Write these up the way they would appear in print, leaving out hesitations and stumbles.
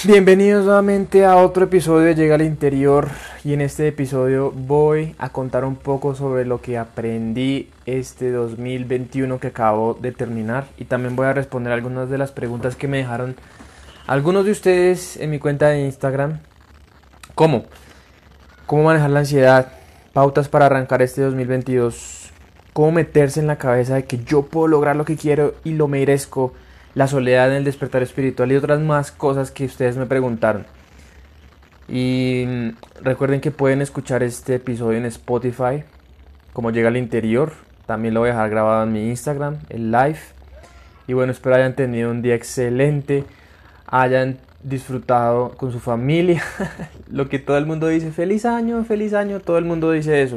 Bienvenidos nuevamente a otro episodio de Llega al Interior, y en este episodio voy a contar un poco sobre lo que aprendí este 2021 que acabo de terminar, y también voy a responder algunas de las preguntas que me dejaron algunos de ustedes en mi cuenta de Instagram. ¿Cómo manejar la ansiedad? Pautas para arrancar este 2022. ¿Cómo meterse en la cabeza de que yo puedo lograr lo que quiero y lo merezco? La soledad en el despertar espiritual y otras más cosas que ustedes me preguntaron. Y recuerden que pueden escuchar este episodio en Spotify, como Llega al Interior. También lo voy a dejar grabado en mi Instagram, el live. Y bueno, espero hayan tenido un día excelente, hayan disfrutado con su familia. Lo que todo el mundo dice, feliz año, todo el mundo dice eso.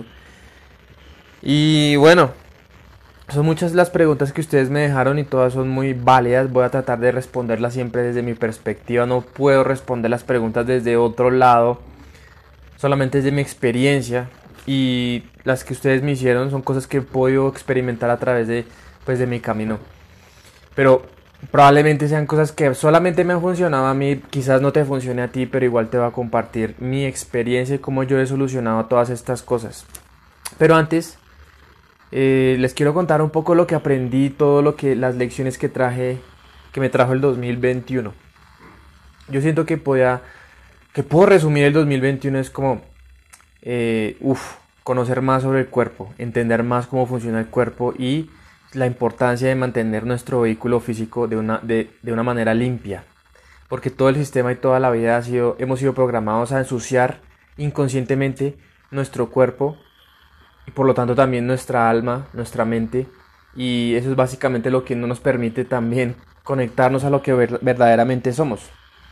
Y bueno, son muchas las preguntas que ustedes me dejaron y todas son muy válidas. Voy a tratar de responderlas siempre desde mi perspectiva. No puedo responder las preguntas desde otro lado, solamente desde mi experiencia. Y las que ustedes me hicieron son cosas que he podido experimentar a través de mi camino. Pero probablemente sean cosas que solamente me han funcionado a mí. Quizás no te funcione a ti, pero igual te voy a compartir mi experiencia y cómo yo he solucionado todas estas cosas. Pero antes, les quiero contar un poco lo que aprendí, las lecciones que me trajo el 2021. Yo siento que puedo resumir el 2021 es como, conocer más sobre el cuerpo, entender más cómo funciona el cuerpo y la importancia de mantener nuestro vehículo físico de una manera limpia. Porque todo el sistema y toda la vida hemos sido programados a ensuciar inconscientemente nuestro cuerpo, y por lo tanto también nuestra alma, nuestra mente, y eso es básicamente lo que no nos permite también conectarnos a lo que verdaderamente somos.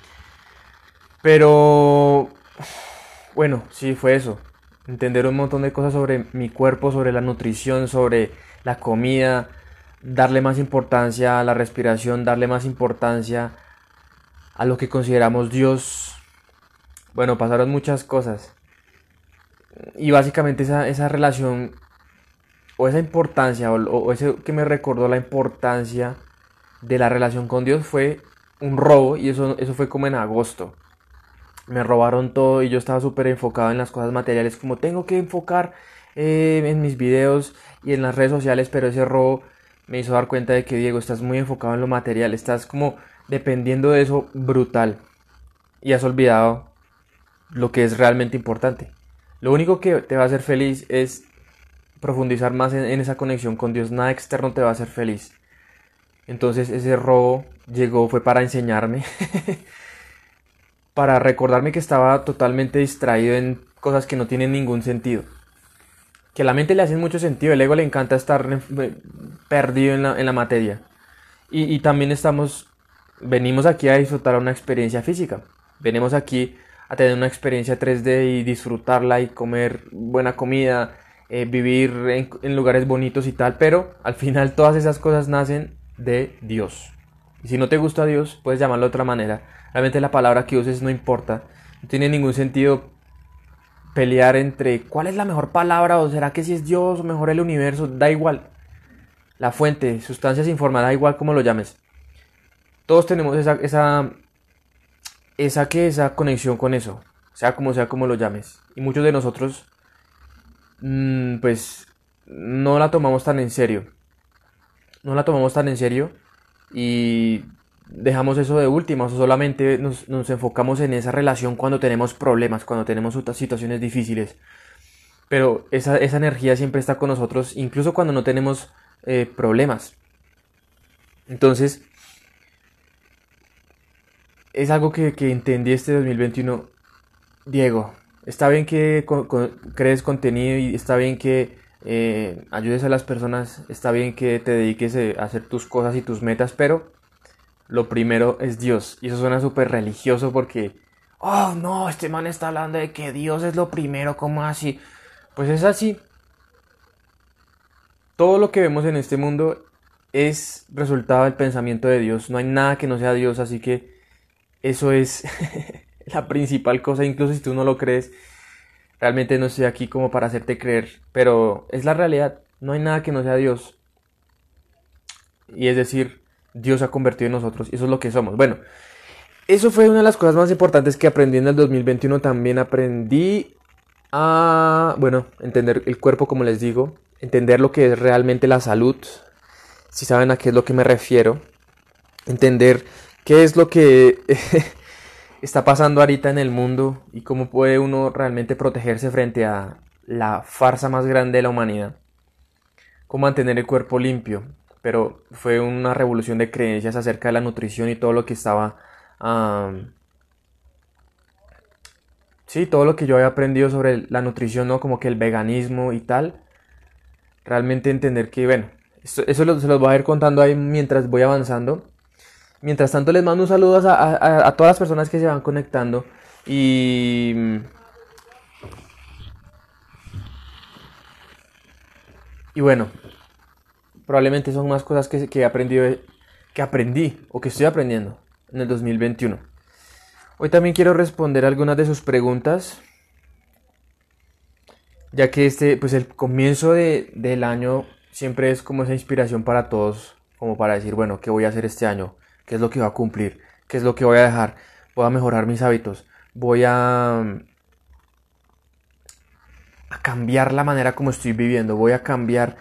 Pero bueno, sí fue eso, entender un montón de cosas sobre mi cuerpo, sobre la nutrición, sobre la comida, darle más importancia a la respiración, darle más importancia a lo que consideramos Dios. Bueno, pasaron muchas cosas. Y básicamente esa relación o esa importancia o ese que me recordó la importancia de la relación con Dios fue un robo, y eso fue como en agosto. Me robaron todo y yo estaba súper enfocado en las cosas materiales, como tengo que enfocar en mis videos y en las redes sociales, pero ese robo me hizo dar cuenta de que, Diego, estás muy enfocado en lo material, estás como dependiendo de eso brutal y has olvidado lo que es realmente importante. Lo único que te va a hacer feliz es profundizar más en esa conexión con Dios. Nada externo te va a hacer feliz. Entonces ese robo fue para enseñarme, para recordarme que estaba totalmente distraído en cosas que no tienen ningún sentido. Que a la mente le hacen mucho sentido, el ego le encanta estar perdido en la materia. Y también venimos aquí a disfrutar una experiencia física. Venimos aquí a tener una experiencia 3D y disfrutarla y comer buena comida, vivir en lugares bonitos y tal, pero al final todas esas cosas nacen de Dios. Y si no te gusta Dios, puedes llamarlo de otra manera. Realmente la palabra que uses no importa. No tiene ningún sentido pelear entre cuál es la mejor palabra, o será que si es Dios o mejor el universo. Da igual. La fuente, sustancia sin forma, da igual cómo lo llames. Todos tenemos esa conexión con eso, sea como lo llames. Y muchos de nosotros, pues, no la tomamos tan en serio. No la tomamos tan en serio y dejamos eso de última. O sea, solamente nos enfocamos en esa relación cuando tenemos problemas, cuando tenemos otras situaciones difíciles. Pero esa energía siempre está con nosotros, incluso cuando no tenemos problemas. Entonces, es algo que entendí este 2021. Diego, está bien que crees contenido y está bien que ayudes a las personas, está bien que te dediques a hacer tus cosas y tus metas, pero lo primero es Dios. Y eso suena súper religioso porque, oh no, este man está hablando de que Dios es lo primero, ¿cómo así? Pues es así. Todo lo que vemos en este mundo es resultado del pensamiento de Dios. No hay nada que no sea Dios, así que eso es la principal cosa. Incluso si tú no lo crees, realmente no estoy aquí como para hacerte creer, pero es la realidad. No hay nada que no sea Dios. Y es decir, Dios se ha convertido en nosotros y eso es lo que somos. Bueno, Eso fue una de las cosas más importantes que aprendí en el 2021. También aprendí a, bueno, entender el cuerpo, como les digo, entender lo que es realmente la salud, si saben a qué es lo que me refiero, entender qué es lo que está pasando ahorita en el mundo y cómo puede uno realmente protegerse frente a la farsa más grande de la humanidad, cómo mantener el cuerpo limpio. Pero fue una revolución de creencias acerca de la nutrición y todo lo que estaba... sí, todo lo que yo había aprendido sobre la nutrición, ¿no? Como que el veganismo y tal. Realmente entender que, bueno, se los voy a ir contando ahí mientras voy avanzando. Mientras tanto, les mando un saludo a todas las personas que se van conectando. Y, y bueno, probablemente son más cosas que he aprendido, que aprendí o que estoy aprendiendo en el 2021. Hoy también quiero responder algunas de sus preguntas, ya que pues el comienzo del año siempre es como esa inspiración para todos, como para decir, bueno, ¿qué voy a hacer este año? ¿Qué es lo que voy a cumplir? ¿Qué es lo que voy a dejar? Voy a mejorar mis hábitos, voy a cambiar la manera como estoy viviendo, voy a cambiar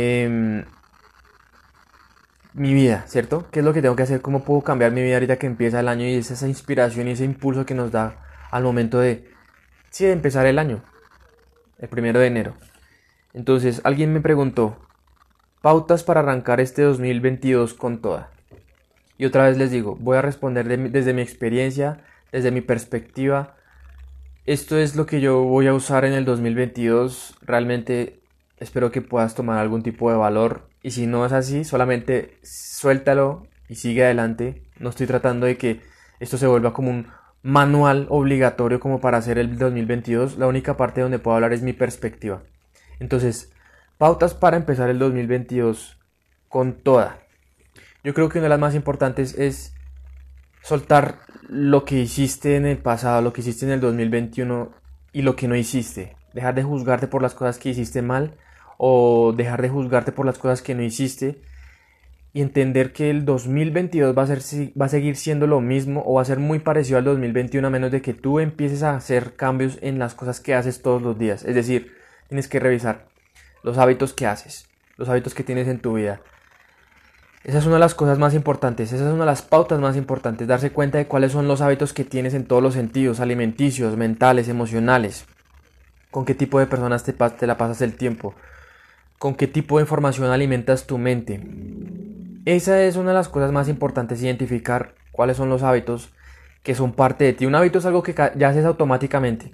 mi vida, ¿cierto? ¿Qué es lo que tengo que hacer? ¿Cómo puedo cambiar mi vida ahorita que empieza el año? Y es esa inspiración y ese impulso que nos da al momento de, sí, de empezar el año, el 1 de enero. Entonces, alguien me preguntó, pautas para arrancar este 2022 con toda. Y otra vez les digo, voy a responder desde mi experiencia, desde mi perspectiva. Esto es lo que yo voy a usar en el 2022. Realmente espero que puedas tomar algún tipo de valor. Y si no es así, solamente suéltalo y sigue adelante. No estoy tratando de que esto se vuelva como un manual obligatorio como para hacer el 2022. La única parte donde puedo hablar es mi perspectiva. Entonces, pautas para empezar el 2022 con toda. Yo creo que una de las más importantes es soltar lo que hiciste en el pasado, lo que hiciste en el 2021 y lo que no hiciste. Dejar de juzgarte por las cosas que hiciste mal o dejar de juzgarte por las cosas que no hiciste y entender que el 2022 va a seguir siendo lo mismo o va a ser muy parecido al 2021 a menos de que tú empieces a hacer cambios en las cosas que haces todos los días. Es decir, tienes que revisar los hábitos que haces, los hábitos que tienes en tu vida. Esa es una de las cosas más importantes, esa es una de las pautas más importantes, darse cuenta de cuáles son los hábitos que tienes en todos los sentidos, alimenticios, mentales, emocionales, con qué tipo de personas te la pasas el tiempo, con qué tipo de información alimentas tu mente. Esa es una de las cosas más importantes, identificar cuáles son los hábitos que son parte de ti. Un hábito es algo que ya haces automáticamente,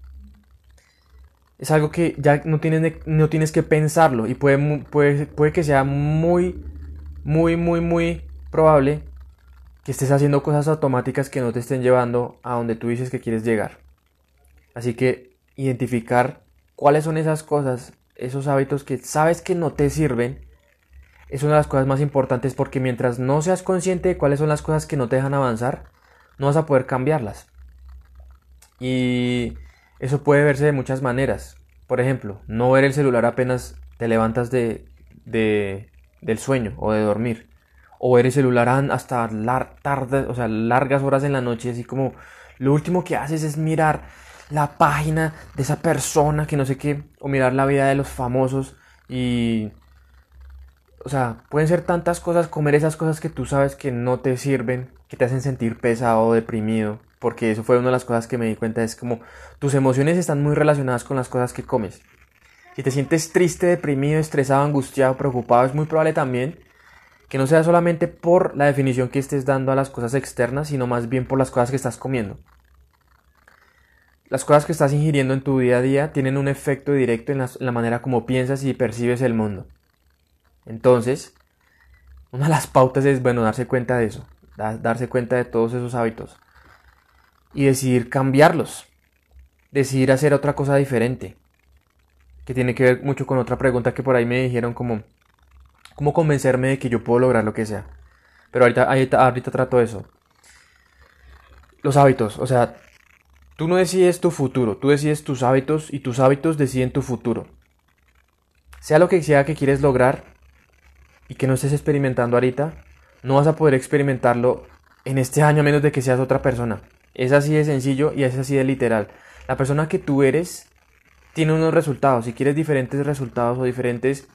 es algo que ya no tienes que pensarlo y puede que sea muy probable que estés haciendo cosas automáticas que no te estén llevando a donde tú dices que quieres llegar. Así que identificar cuáles son esas cosas, esos hábitos que sabes que no te sirven, es una de las cosas más importantes porque mientras no seas consciente de cuáles son las cosas que no te dejan avanzar, no vas a poder cambiarlas. Y eso puede verse de muchas maneras. Por ejemplo, no ver el celular apenas te levantas del sueño o de dormir, o ver el celular hasta tarde, o sea, largas horas en la noche, así como lo último que haces es mirar la página de esa persona que no sé qué, o mirar la vida de los famosos y, o sea, pueden ser tantas cosas, comer esas cosas que tú sabes que no te sirven, que te hacen sentir pesado o deprimido, porque eso fue una de las cosas que me di cuenta, es como tus emociones están muy relacionadas con las cosas que comes. Si te sientes triste, deprimido, estresado, angustiado, preocupado, es muy probable también que no sea solamente por la definición que estés dando a las cosas externas, sino más bien por las cosas que estás comiendo. Las cosas que estás ingiriendo en tu día a día tienen un efecto directo en la manera como piensas y percibes el mundo. Entonces, una de las pautas es, bueno, darse cuenta de eso, darse cuenta de todos esos hábitos y decidir cambiarlos, decidir hacer otra cosa diferente. Que tiene que ver mucho con otra pregunta que por ahí me dijeron como cómo convencerme de que yo puedo lograr lo que sea. Pero ahorita trato eso. Los hábitos, o sea, tú no decides tu futuro, tú decides tus hábitos y tus hábitos deciden tu futuro. Sea lo que sea que quieres lograr y que no estés experimentando ahorita, no vas a poder experimentarlo en este año a menos de que seas otra persona. Es así de sencillo y es así de literal. La persona que tú eres tiene unos resultados. Si quieres diferentes resultados o diferentes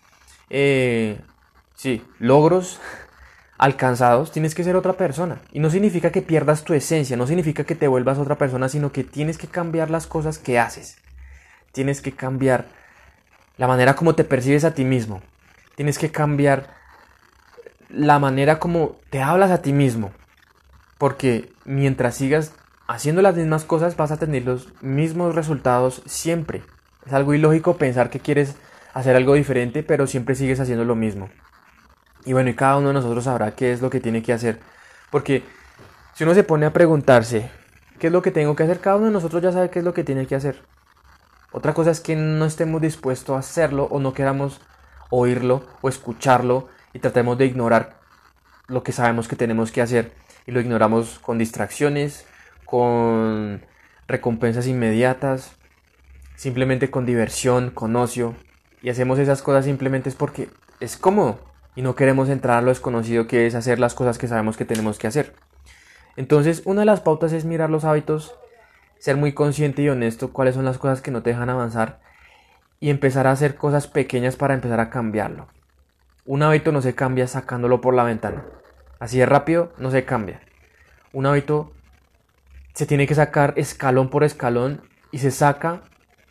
logros alcanzados, tienes que ser otra persona. Y no significa que pierdas tu esencia, no significa que te vuelvas otra persona, sino que tienes que cambiar las cosas que haces. Tienes que cambiar la manera como te percibes a ti mismo. Tienes que cambiar la manera como te hablas a ti mismo. Porque mientras sigas haciendo las mismas cosas vas a tener los mismos resultados siempre. Es algo ilógico pensar que quieres hacer algo diferente, pero siempre sigues haciendo lo mismo. Y bueno, y cada uno de nosotros sabrá qué es lo que tiene que hacer. Porque si uno se pone a preguntarse qué es lo que tengo que hacer, cada uno de nosotros ya sabe qué es lo que tiene que hacer. Otra cosa es que no estemos dispuestos a hacerlo o no queramos oírlo o escucharlo y tratemos de ignorar lo que sabemos que tenemos que hacer. Y lo ignoramos con distracciones, con recompensas inmediatas, simplemente con diversión, con ocio. Y hacemos esas cosas simplemente es porque es cómodo y no queremos entrar a lo desconocido que es hacer las cosas que sabemos que tenemos que hacer. Entonces, una de las pautas es mirar los hábitos, ser muy consciente y honesto cuáles son las cosas que no te dejan avanzar y empezar a hacer cosas pequeñas para empezar a cambiarlo. Un hábito no se cambia sacándolo por la ventana. Así de rápido no se cambia. Un hábito se tiene que sacar escalón por escalón y se saca,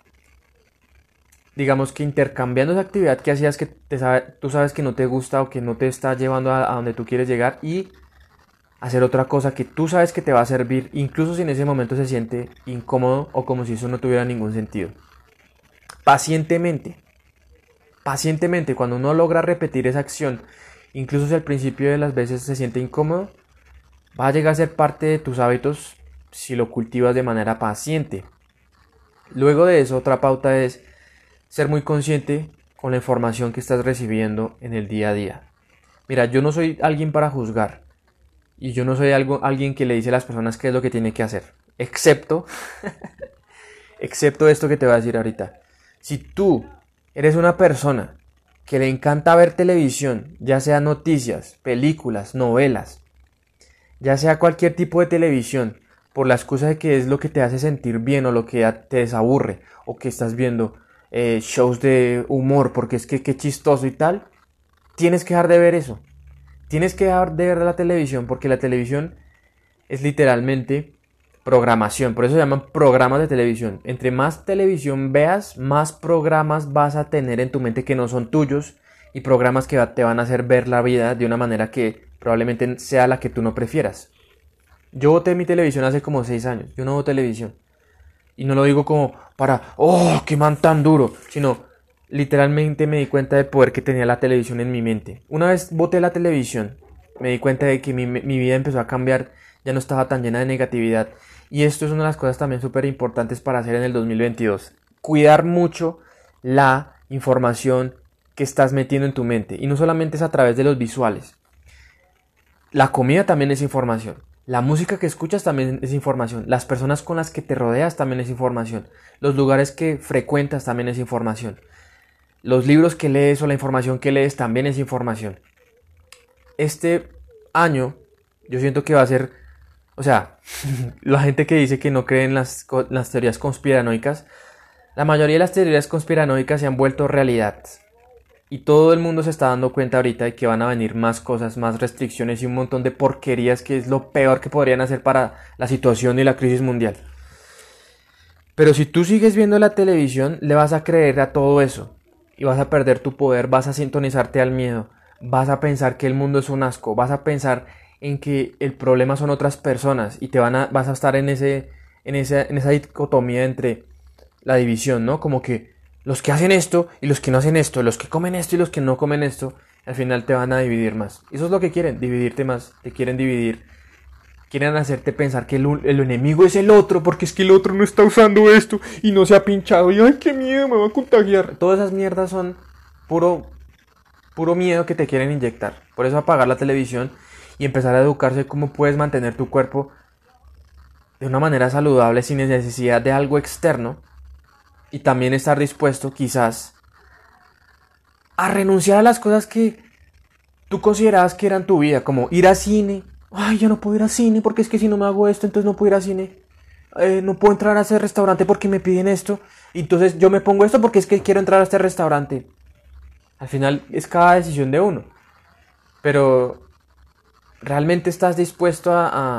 digamos que intercambiando esa actividad que hacías que tú sabes que no te gusta o que no te está llevando a donde tú quieres llegar y hacer otra cosa que tú sabes que te va a servir, incluso si en ese momento se siente incómodo o como si eso no tuviera ningún sentido. Pacientemente, cuando uno logra repetir esa acción, incluso si al principio de las veces se siente incómodo, va a llegar a ser parte de tus hábitos si lo cultivas de manera paciente. Luego de eso, otra pauta es ser muy consciente con la información que estás recibiendo en el día a día. Mira, yo no soy alguien para juzgar y yo no soy alguien que le dice a las personas qué es lo que tiene que hacer, excepto esto que te voy a decir ahorita. Si tú eres una persona que le encanta ver televisión, ya sea noticias, películas, novelas, ya sea cualquier tipo de televisión, por la excusa de que es lo que te hace sentir bien o lo que te desaburre, o que estás viendo shows de humor porque es que qué chistoso y tal, tienes que dejar de ver eso. Tienes que dejar de ver la televisión porque la televisión es literalmente programación, por eso se llaman programas de televisión. Entre más televisión veas, más programas vas a tener en tu mente que no son tuyos y programas que te van a hacer ver la vida de una manera que probablemente sea la que tú no prefieras. Yo boté mi televisión hace como 6 años, yo no veo televisión. Y no lo digo como para, oh, qué man tan duro, sino literalmente me di cuenta del poder que tenía la televisión en mi mente. Una vez boté la televisión, me di cuenta de que mi vida empezó a cambiar, ya no estaba tan llena de negatividad. Y esto es una de las cosas también súper importantes para hacer en el 2022. Cuidar mucho la información que estás metiendo en tu mente. Y no solamente es a través de los visuales. La comida también es información. La música que escuchas también es información. Las personas con las que te rodeas también es información. Los lugares que frecuentas también es información. Los libros que lees o la información que lees también es información. Este año yo siento que va a ser, o sea, la gente que dice que no cree en las teorías conspiranoicas, la mayoría de las teorías conspiranoicas se han vuelto realidad. Y todo el mundo se está dando cuenta ahorita de que van a venir más cosas, más restricciones y un montón de porquerías que es lo peor que podrían hacer para la situación y la crisis mundial. Pero si tú sigues viendo la televisión, le vas a creer a todo eso. Y vas a perder tu poder, vas a sintonizarte al miedo. Vas a pensar que el mundo es un asco. Vas a pensar en que el problema son otras personas. Y vas a estar en esa dicotomía entre la división, ¿no? Como que los que hacen esto y los que no hacen esto, los que comen esto y los que no comen esto, al final te van a dividir más. Eso es lo que quieren, dividirte más, te quieren dividir. Quieren hacerte pensar que el enemigo es el otro, porque es que el otro no está usando esto y no se ha pinchado y ¡ay, qué miedo, me va a contagiar! Todas esas mierdas son puro miedo que te quieren inyectar. Por eso apagar la televisión y empezar a educarse cómo puedes mantener tu cuerpo de una manera saludable sin necesidad de algo externo. Y también estar dispuesto, quizás, a renunciar a las cosas que tú considerabas que eran tu vida, como ir a cine, ay, ya no puedo ir al cine porque es que si no me hago esto, entonces no puedo ir al cine. No puedo entrar a ese restaurante porque me piden esto. Y entonces yo me pongo esto porque es que quiero entrar a este restaurante. Al final es cada decisión de uno. Pero ¿realmente estás dispuesto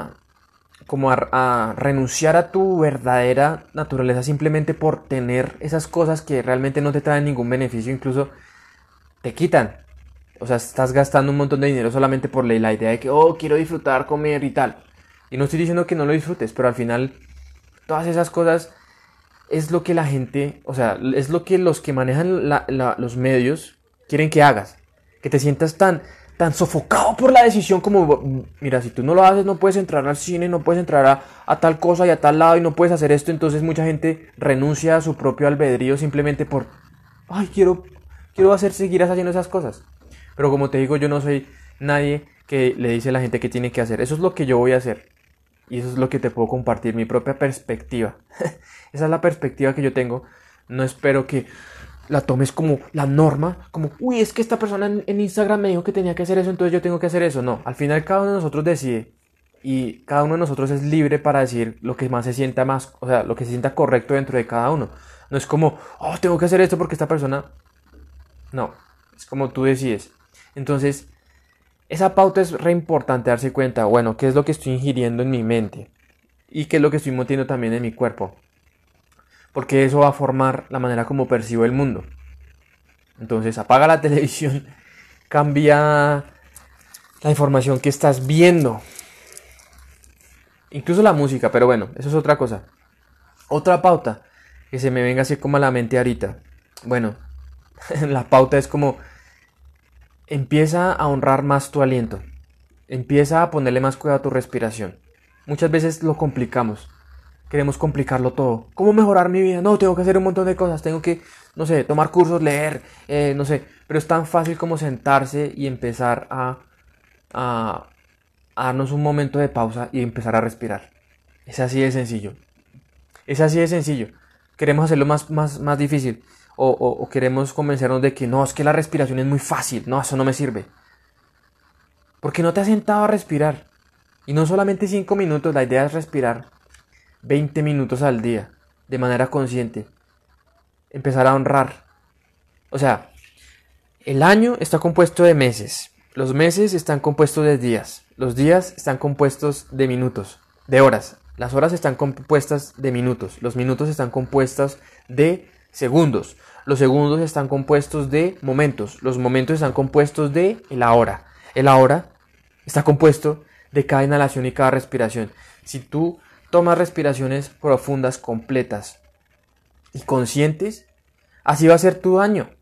a renunciar a tu verdadera naturaleza simplemente por tener esas cosas que realmente no te traen ningún beneficio, incluso te quitan? O sea, estás gastando un montón de dinero solamente por la idea de que, oh, quiero disfrutar, comer y tal. Y no estoy diciendo que no lo disfrutes, pero al final todas esas cosas es lo que la gente, o sea, es lo que los que manejan los medios quieren que hagas. Que te sientas tan sofocado por la decisión como, mira, si tú no lo haces no puedes entrar al cine, no puedes entrar a tal cosa y a tal lado y no puedes hacer esto. Entonces mucha gente renuncia a su propio albedrío simplemente por, ay, quiero seguir haciendo esas cosas. Pero como te digo, yo no soy nadie que le dice a la gente qué tiene que hacer. Eso es lo que yo voy a hacer. Y eso es lo que te puedo compartir, mi propia perspectiva. Esa es la perspectiva que yo tengo. No espero que la tomes como la norma, como, uy, es que esta persona en Instagram me dijo que tenía que hacer eso, entonces yo tengo que hacer eso. No, al final cada uno de nosotros decide y cada uno de nosotros es libre para decir lo que más se sienta más, o sea, lo que se sienta correcto dentro de cada uno. No es como, oh, tengo que hacer esto porque esta persona... No, es como tú decides. Entonces, esa pauta es re importante darse cuenta, bueno, qué es lo que estoy ingiriendo en mi mente y qué es lo que estoy metiendo también en mi cuerpo. Porque eso va a formar la manera como percibo el mundo. Entonces apaga la televisión, cambia la información que estás viendo, incluso la música, pero bueno, eso es otra cosa. Otra pauta que se me venga así como a la mente ahorita. Bueno, la pauta es como empieza a honrar más tu aliento, empieza a ponerle más cuidado a tu respiración. Muchas veces lo complicamos. Queremos complicarlo todo. ¿Cómo mejorar mi vida? No, tengo que hacer un montón de cosas. Tengo que, no sé, tomar cursos, leer, no sé. Pero es tan fácil como sentarse y empezar a, a darnos un momento de pausa y empezar a respirar. Es así de sencillo. Es así de sencillo. Queremos hacerlo más difícil. O queremos convencernos de que no, es que la respiración es muy fácil. No, eso no me sirve. Porque no te has sentado a respirar. Y no solamente 5 minutos, la idea es respirar 20 minutos al día, de manera consciente. Empezar a honrar. O sea, el año está compuesto de meses. Los meses están compuestos de días. Los días están compuestos de minutos, de horas. Las horas están compuestas de minutos. Los minutos están compuestos de segundos. Los segundos están compuestos de momentos. Los momentos están compuestos de el ahora. El ahora está compuesto de cada inhalación y cada respiración. Si tú tomas respiraciones profundas, completas y conscientes, así va a ser tu año.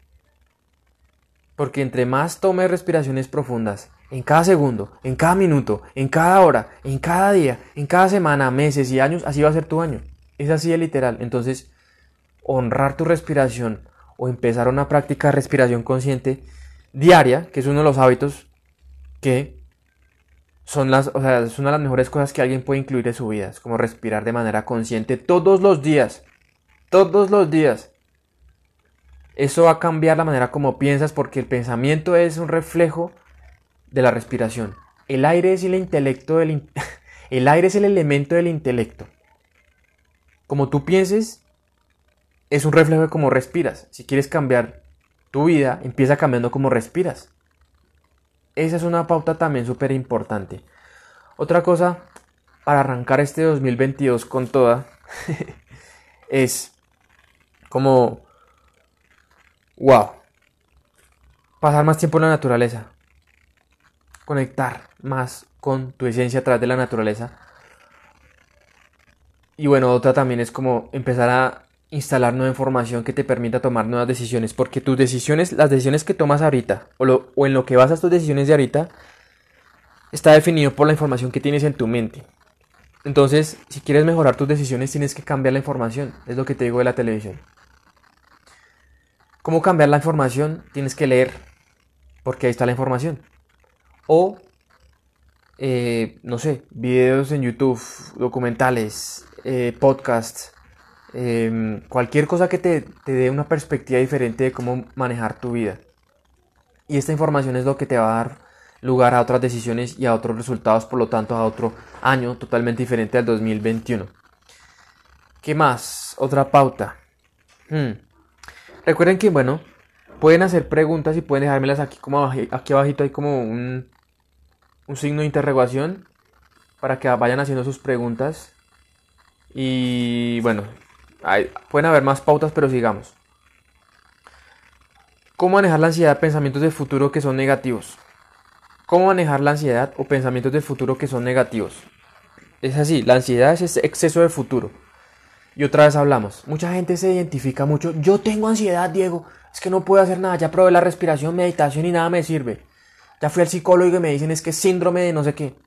Porque entre más tomes respiraciones profundas, en cada segundo, en cada minuto, en cada hora, en cada día, en cada semana, meses y años, así va a ser tu año. Es así de literal. Entonces, honrar tu respiración o empezar una práctica de respiración consciente diaria, que es uno de los hábitos que o sea, es una de las mejores cosas que alguien puede incluir en su vida. Es como respirar de manera consciente todos los días. Todos los días. Eso va a cambiar la manera como piensas porque el pensamiento es un reflejo de la respiración. El aire es el intelecto el aire es el elemento del intelecto. Como tú pienses, es un reflejo de cómo respiras. Si quieres cambiar tu vida, empieza cambiando cómo respiras. Esa es una pauta también súper importante. Otra cosa para arrancar este 2022 con toda es como, wow, pasar más tiempo en la naturaleza, conectar más con tu esencia a través de la naturaleza. Y bueno, otra también es como empezar a instalar nueva información que te permita tomar nuevas decisiones, porque tus decisiones, las decisiones que tomas ahorita o en lo que basas tus decisiones de ahorita está definido por la información que tienes en tu mente. Entonces, si quieres mejorar tus decisiones, tienes que cambiar la información. Es lo que te digo de la televisión. ¿Cómo cambiar la información? Tienes que leer, porque ahí está la información. O, no sé, videos en YouTube, documentales, podcasts, cualquier cosa que te dé una perspectiva diferente de cómo manejar tu vida. Y esta información es lo que te va a dar lugar a otras decisiones y a otros resultados, por lo tanto a otro año totalmente diferente al 2021. ¿Qué más? Otra pauta. Recuerden que, bueno, pueden hacer preguntas y pueden dejármelas aquí como aquí abajito hay como un signo de interrogación para que vayan haciendo sus preguntas. Y bueno, pueden haber más pautas, pero sigamos. ¿Cómo manejar la ansiedad? Pensamientos del futuro que son negativos. ¿Cómo manejar la ansiedad o pensamientos del futuro que son negativos? Es así, la ansiedad es ese exceso de futuro. Y otra vez hablamos, mucha gente se identifica mucho. Yo tengo ansiedad, Diego, es que no puedo hacer nada. Ya probé la respiración, meditación y nada me sirve. Ya fui al psicólogo y me dicen es que es síndrome de no sé qué.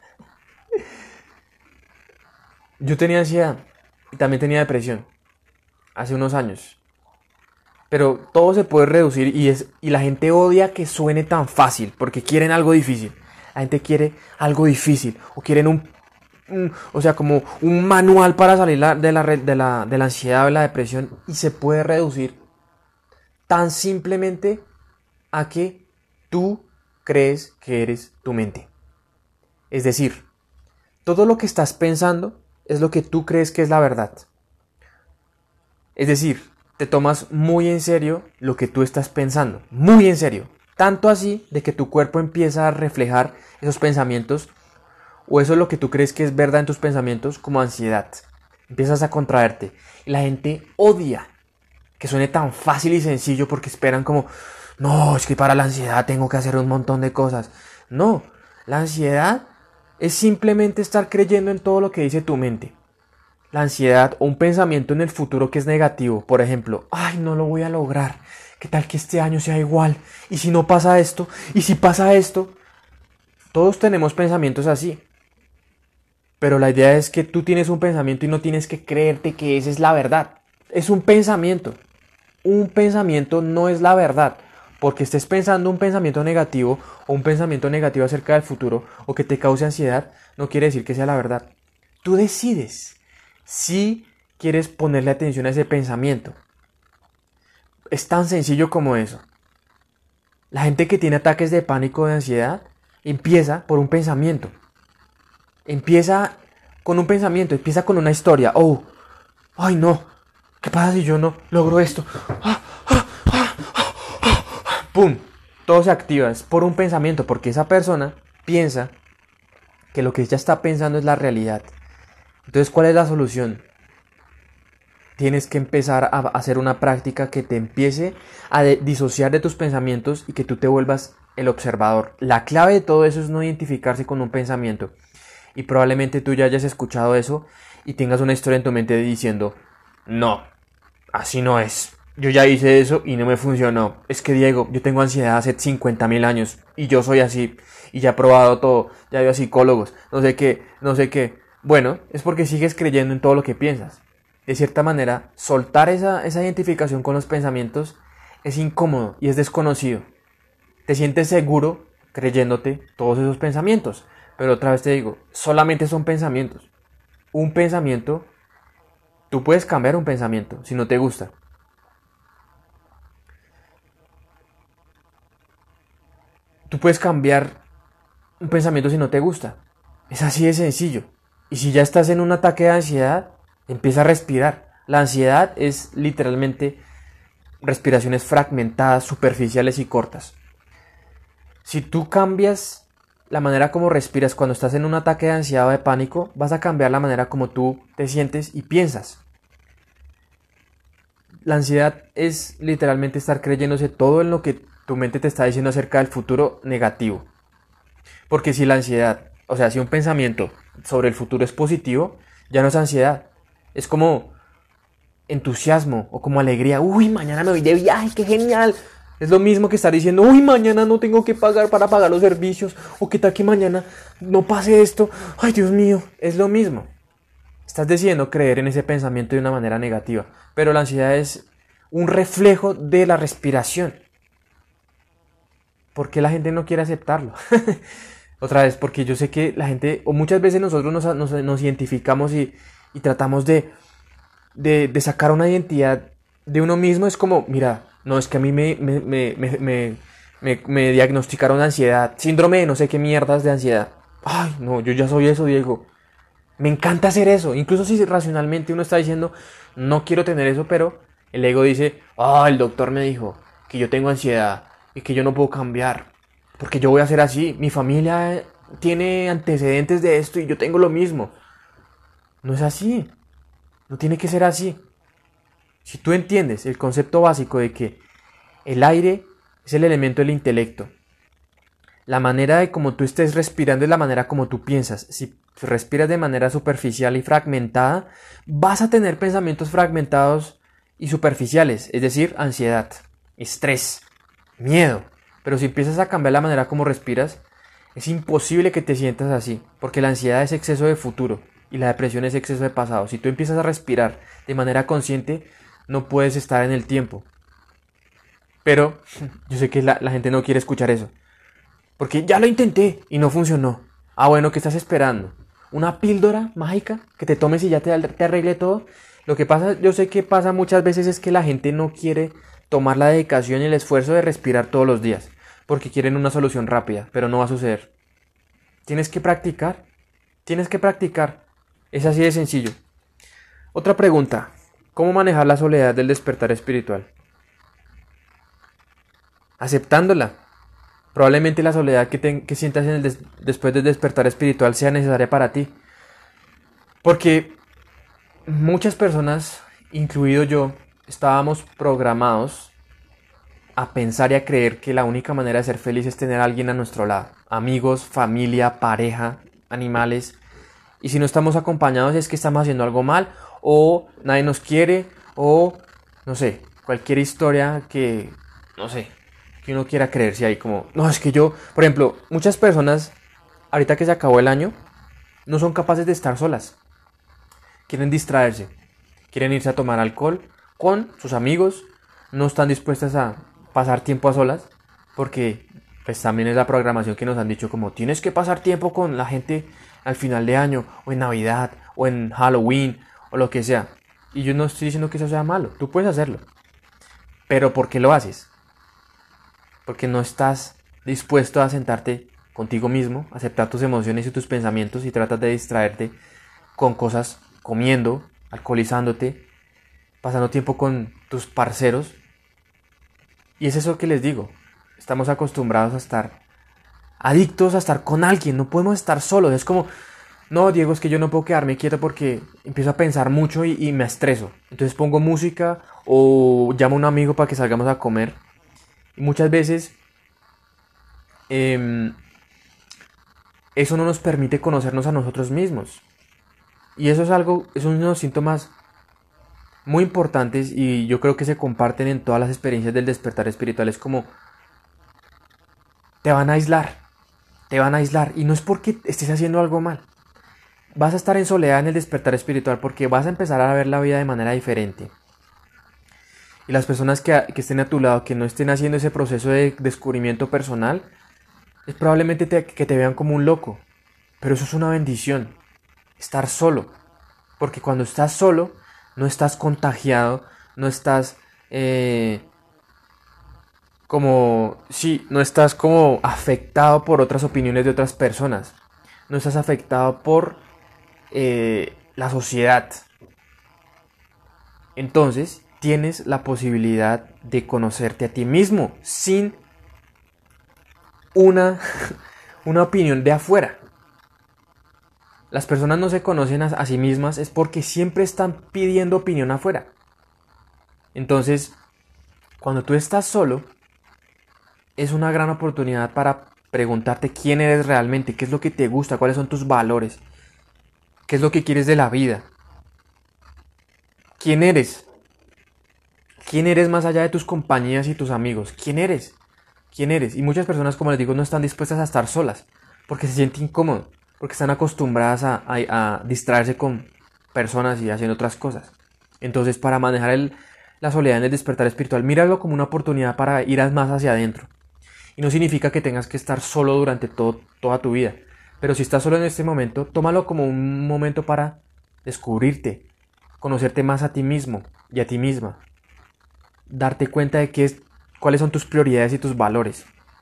Yo tenía ansiedad y también tenía depresión hace unos años. Pero todo se puede reducir y la gente odia que suene tan fácil porque quieren algo difícil. La gente quiere algo difícil o quieren o sea, como un manual para salir de la ansiedad o de la depresión, y se puede reducir tan simplemente a que tú crees que eres tu mente. Es decir, todo lo que estás pensando es lo que tú crees que es la verdad. Es decir, te tomas muy en serio lo que tú estás pensando, muy en serio. Tanto así de que tu cuerpo empieza a reflejar esos pensamientos, o eso es lo que tú crees que es verdad en tus pensamientos, como ansiedad. Empiezas a contraerte. Y la gente odia que suene tan fácil y sencillo porque esperan como, no, es que para la ansiedad tengo que hacer un montón de cosas. No, la ansiedad es simplemente estar creyendo en todo lo que dice tu mente. La ansiedad o un pensamiento en el futuro que es negativo, por ejemplo, ay, no lo voy a lograr, ¿qué tal que este año sea igual? ¿Y si no pasa esto? ¿Y si pasa esto? Todos tenemos pensamientos así. Pero la idea es que tú tienes un pensamiento y no tienes que creerte que esa es la verdad. Es un pensamiento. Un pensamiento no es la verdad. Porque estés pensando un pensamiento negativo o un pensamiento negativo acerca del futuro o que te cause ansiedad, no quiere decir que sea la verdad. Tú decides si quieres ponerle atención a ese pensamiento. Es tan sencillo como eso. La gente que tiene ataques de pánico o de ansiedad empieza por un pensamiento. Empieza con un pensamiento, empieza con una historia. Oh, ay no, ¿qué pasa si yo no logro esto? ¡Pum! Todo se activa, es por un pensamiento, porque esa persona piensa que lo que ella está pensando es la realidad. Entonces, ¿cuál es la solución? Tienes que empezar a hacer una práctica que te empiece a disociar de tus pensamientos y que tú te vuelvas el observador. La clave de todo eso es no identificarse con un pensamiento. Y probablemente tú ya hayas escuchado eso y tengas una historia en tu mente diciendo, no, así no es. Yo ya hice eso y no me funcionó. Es que Diego, yo tengo ansiedad hace 50.000 años y yo soy así y ya he probado todo, ya he ido a psicólogos, no sé qué, no sé qué. Bueno, es porque sigues creyendo en todo lo que piensas. De cierta manera, soltar esa identificación con los pensamientos es incómodo y es desconocido. Te sientes seguro creyéndote todos esos pensamientos. Pero otra vez te digo, solamente son pensamientos. Un pensamiento, tú puedes cambiar un pensamiento si no te gusta. Tú puedes cambiar un pensamiento si no te gusta. Es así de sencillo. Y si ya estás en un ataque de ansiedad, empieza a respirar. La ansiedad es literalmente respiraciones fragmentadas, superficiales y cortas. Si tú cambias la manera como respiras cuando estás en un ataque de ansiedad o de pánico, vas a cambiar la manera como tú te sientes y piensas. La ansiedad es literalmente estar creyéndose todo en lo que tu mente te está diciendo acerca del futuro negativo. Porque si la ansiedad, o sea, si un pensamiento sobre el futuro es positivo, ya no es ansiedad. Es como entusiasmo o como alegría. Uy, mañana me voy de viaje, qué genial. Es lo mismo que estar diciendo, uy, mañana no tengo que pagar para pagar los servicios. O qué tal que mañana no pase esto. Ay, Dios mío. Es lo mismo. Estás decidiendo creer en ese pensamiento de una manera negativa. Pero la ansiedad es un reflejo de la respiración. ¿Por qué la gente no quiere aceptarlo? Otra vez, porque yo sé que la gente, o muchas veces nosotros nos identificamos y tratamos de sacar una identidad de uno mismo. Es como, mira, no, es que a mí me Me diagnosticaron ansiedad, síndrome de no sé qué mierdas de ansiedad. Ay, no, yo ya soy eso, Diego. Me encanta hacer eso. Incluso si racionalmente uno está diciendo, no quiero tener eso, pero el ego dice, el doctor me dijo que yo tengo ansiedad y que yo no puedo cambiar. Porque yo voy a ser así. Mi familia tiene antecedentes de esto y yo tengo lo mismo. No es así. No tiene que ser así. Si tú entiendes el concepto básico de que el aire es el elemento del intelecto, la manera de como tú estés respirando es la manera como tú piensas. Si respiras de manera superficial y fragmentada, vas a tener pensamientos fragmentados y superficiales, es decir, ansiedad, estrés, miedo. Pero si empiezas a cambiar la manera como respiras, es imposible que te sientas así, porque la ansiedad es exceso de futuro y la depresión es exceso de pasado. Si tú empiezas a respirar de manera consciente, no puedes estar en el tiempo. Pero yo sé que la gente no quiere escuchar eso. Porque ya lo intenté y no funcionó. Bueno, ¿qué estás esperando? ¿Una píldora mágica que te tomes y ya te arregle todo? Lo que pasa, yo sé que pasa muchas veces es que la gente no quiere tomar la dedicación y el esfuerzo de respirar todos los días. Porque quieren una solución rápida, pero no va a suceder. Tienes que practicar. Tienes que practicar. Es así de sencillo. Otra pregunta. ¿Cómo manejar la soledad del despertar espiritual? Aceptándola. Probablemente la soledad que sientas después del despertar espiritual sea necesaria para ti. Porque muchas personas, incluido yo, estábamos programados a pensar y a creer que la única manera de ser feliz es tener a alguien a nuestro lado. Amigos, familia, pareja, animales. Y si no estamos acompañados es que estamos haciendo algo mal, o nadie nos quiere, o no sé, cualquier historia que, no sé, que uno quiera creerse ahí como, no, es que yo, por ejemplo, muchas personas, ahorita que se acabó el año, no son capaces de estar solas. Quieren distraerse, quieren irse a tomar alcohol con sus amigos, no están dispuestas a pasar tiempo a solas, porque pues también es la programación que nos han dicho como, tienes que pasar tiempo con la gente al final de año, o en Navidad, o en Halloween, o lo que sea. Y yo no estoy diciendo que eso sea malo, tú puedes hacerlo. Pero ¿por qué lo haces? Porque no estás dispuesto a sentarte contigo mismo, aceptar tus emociones y tus pensamientos y tratas de distraerte con cosas, comiendo, alcoholizándote, pasando tiempo con tus parceros. Y es eso que les digo, estamos acostumbrados a estar adictos a estar con alguien, no podemos estar solos, es como, no, Diego, es que yo no puedo quedarme quieto porque empiezo a pensar mucho y me estreso. Entonces pongo música o llamo a un amigo para que salgamos a comer. Y muchas veces eso no nos permite conocernos a nosotros mismos. Y eso es uno de los síntomas muy importantes y yo creo que se comparten en todas las experiencias del despertar espiritual. Es como, te van a aislar, te van a aislar. Y no es porque estés haciendo algo mal. Vas a estar en soledad en el despertar espiritual porque vas a empezar a ver la vida de manera diferente. Y las personas que estén a tu lado, que no estén haciendo ese proceso de descubrimiento personal, es probablemente que te vean como un loco. Pero eso es una bendición, estar solo. Porque cuando estás solo, no estás contagiado, no estás no estás como afectado por otras opiniones de otras personas. No estás afectado por la sociedad. Entonces tienes la posibilidad de conocerte a ti mismo sin una opinión de afuera. Las personas no se conocen a sí mismas es porque siempre están pidiendo opinión afuera. Entonces, cuando tú estás solo, es una gran oportunidad para preguntarte quién eres realmente, qué es lo que te gusta, cuáles son tus valores, qué es lo que quieres de la vida. ¿Quién eres? ¿Quién eres más allá de tus compañías y tus amigos? ¿Quién eres? ¿Quién eres? Y muchas personas, como les digo, no están dispuestas a estar solas porque se sienten incómodos, porque están acostumbradas a distraerse con personas y haciendo otras cosas. Entonces, para manejar la soledad en el despertar espiritual, míralo como una oportunidad para ir más hacia adentro. Y no significa que tengas que estar solo durante toda tu vida. Pero si estás solo en este momento, tómalo como un momento para descubrirte, conocerte más a ti mismo y a ti misma. Darte cuenta de cuáles son tus prioridades y tus valores.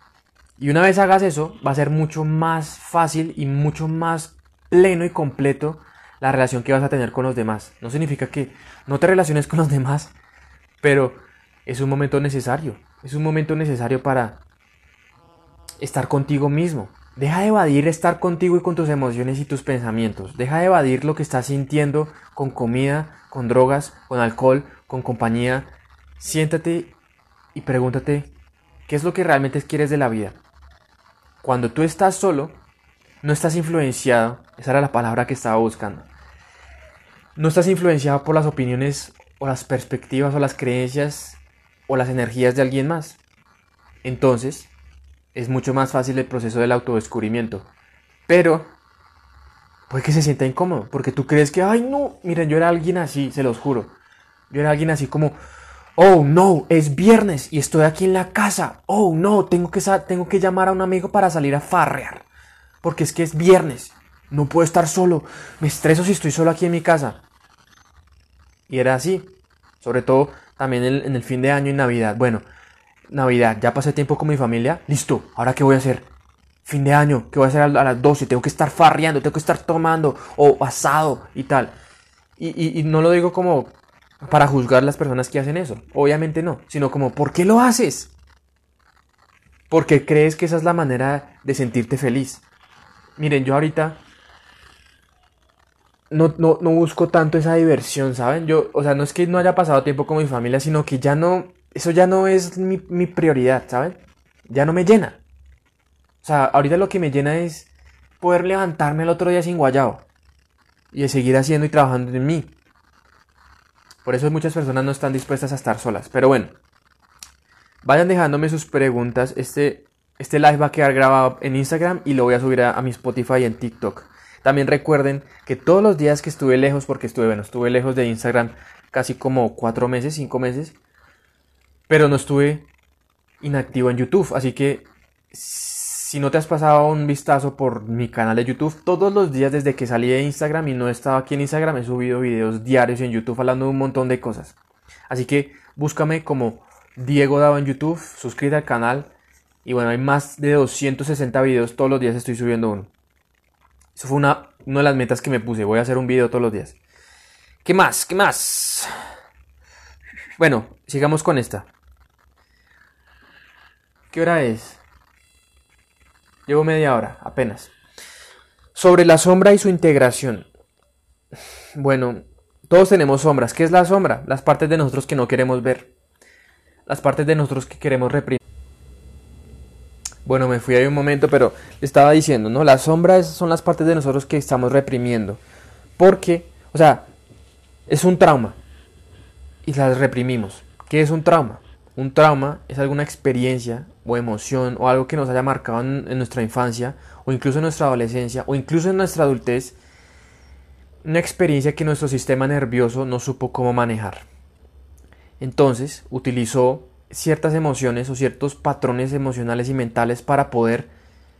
Y una vez hagas eso, va a ser mucho más fácil y mucho más pleno y completo la relación que vas a tener con los demás. No significa que no te relaciones con los demás, pero es un momento necesario. Es un momento necesario para estar contigo mismo. Deja de evadir estar contigo y con tus emociones y tus pensamientos. Deja de evadir lo que estás sintiendo con comida, con drogas, con alcohol, con compañía. Siéntate y pregúntate qué es lo que realmente quieres de la vida. Cuando tú estás solo, no estás influenciado, esa era la palabra que estaba buscando. No estás influenciado por las opiniones o las perspectivas o las creencias o las energías de alguien más. Entonces, es mucho más fácil el proceso del autodescubrimiento. Pero puede que se sienta incómodo, porque tú crees que, ay no, miren, yo era alguien así, se los juro. Yo era alguien así como, oh no, es viernes y estoy aquí en la casa. Oh no, tengo que llamar a un amigo para salir a farrear. Porque es que es viernes, no puedo estar solo, me estreso si estoy solo aquí en mi casa. Y era así, sobre todo también en el fin de año y Navidad. Bueno, Navidad, ya pasé tiempo con mi familia, listo, ¿ahora qué voy a hacer? Fin de año, ¿qué voy a hacer a las 12? Tengo que estar farreando, tengo que estar tomando, o asado y tal. Y no lo digo como para juzgar a las personas que hacen eso, obviamente no, sino como, ¿por qué lo haces? Porque crees que esa es la manera de sentirte feliz. Miren, yo ahorita no busco tanto esa diversión, ¿saben? O sea, no es que no haya pasado tiempo con mi familia, sino que ya no, eso ya no es mi prioridad, ¿saben? Ya no me llena. O sea, ahorita lo que me llena es poder levantarme el otro día sin guayabo y de seguir haciendo y trabajando en mí. Por eso muchas personas no están dispuestas a estar solas. Pero bueno, vayan dejándome sus preguntas. Este live va a quedar grabado en Instagram y lo voy a subir a mi Spotify y en TikTok. También recuerden que todos los días que estuve lejos, porque estuve lejos de Instagram casi como 4 meses, 5 meses, pero no estuve inactivo en YouTube. Así que si no te has pasado un vistazo por mi canal de YouTube, todos los días desde que salí de Instagram y no he estado aquí en Instagram, he subido videos diarios en YouTube hablando de un montón de cosas. Así que búscame como Diego Davo en YouTube, suscríbete al canal. Y bueno, hay más de 260 videos, todos los días estoy subiendo uno. Eso fue una de las metas que me puse, voy a hacer un video todos los días. ¿Qué más? ¿Qué más? Bueno, sigamos con esta. ¿Qué hora es? Llevo media hora, apenas. Sobre la sombra y su integración. Bueno, todos tenemos sombras. ¿Qué es la sombra? Las partes de nosotros que no queremos ver. Las partes de nosotros que queremos reprimir. Bueno, me fui ahí un momento, pero le estaba diciendo, ¿no? Las sombras son las partes de nosotros que estamos reprimiendo. Porque, o sea, es un trauma. Y las reprimimos. ¿Qué es un trauma? Un trauma es alguna experiencia o emoción o algo que nos haya marcado en nuestra infancia o incluso en nuestra adolescencia o incluso en nuestra adultez. Una experiencia que nuestro sistema nervioso no supo cómo manejar. Entonces utilizó ciertas emociones o ciertos patrones emocionales y mentales para poder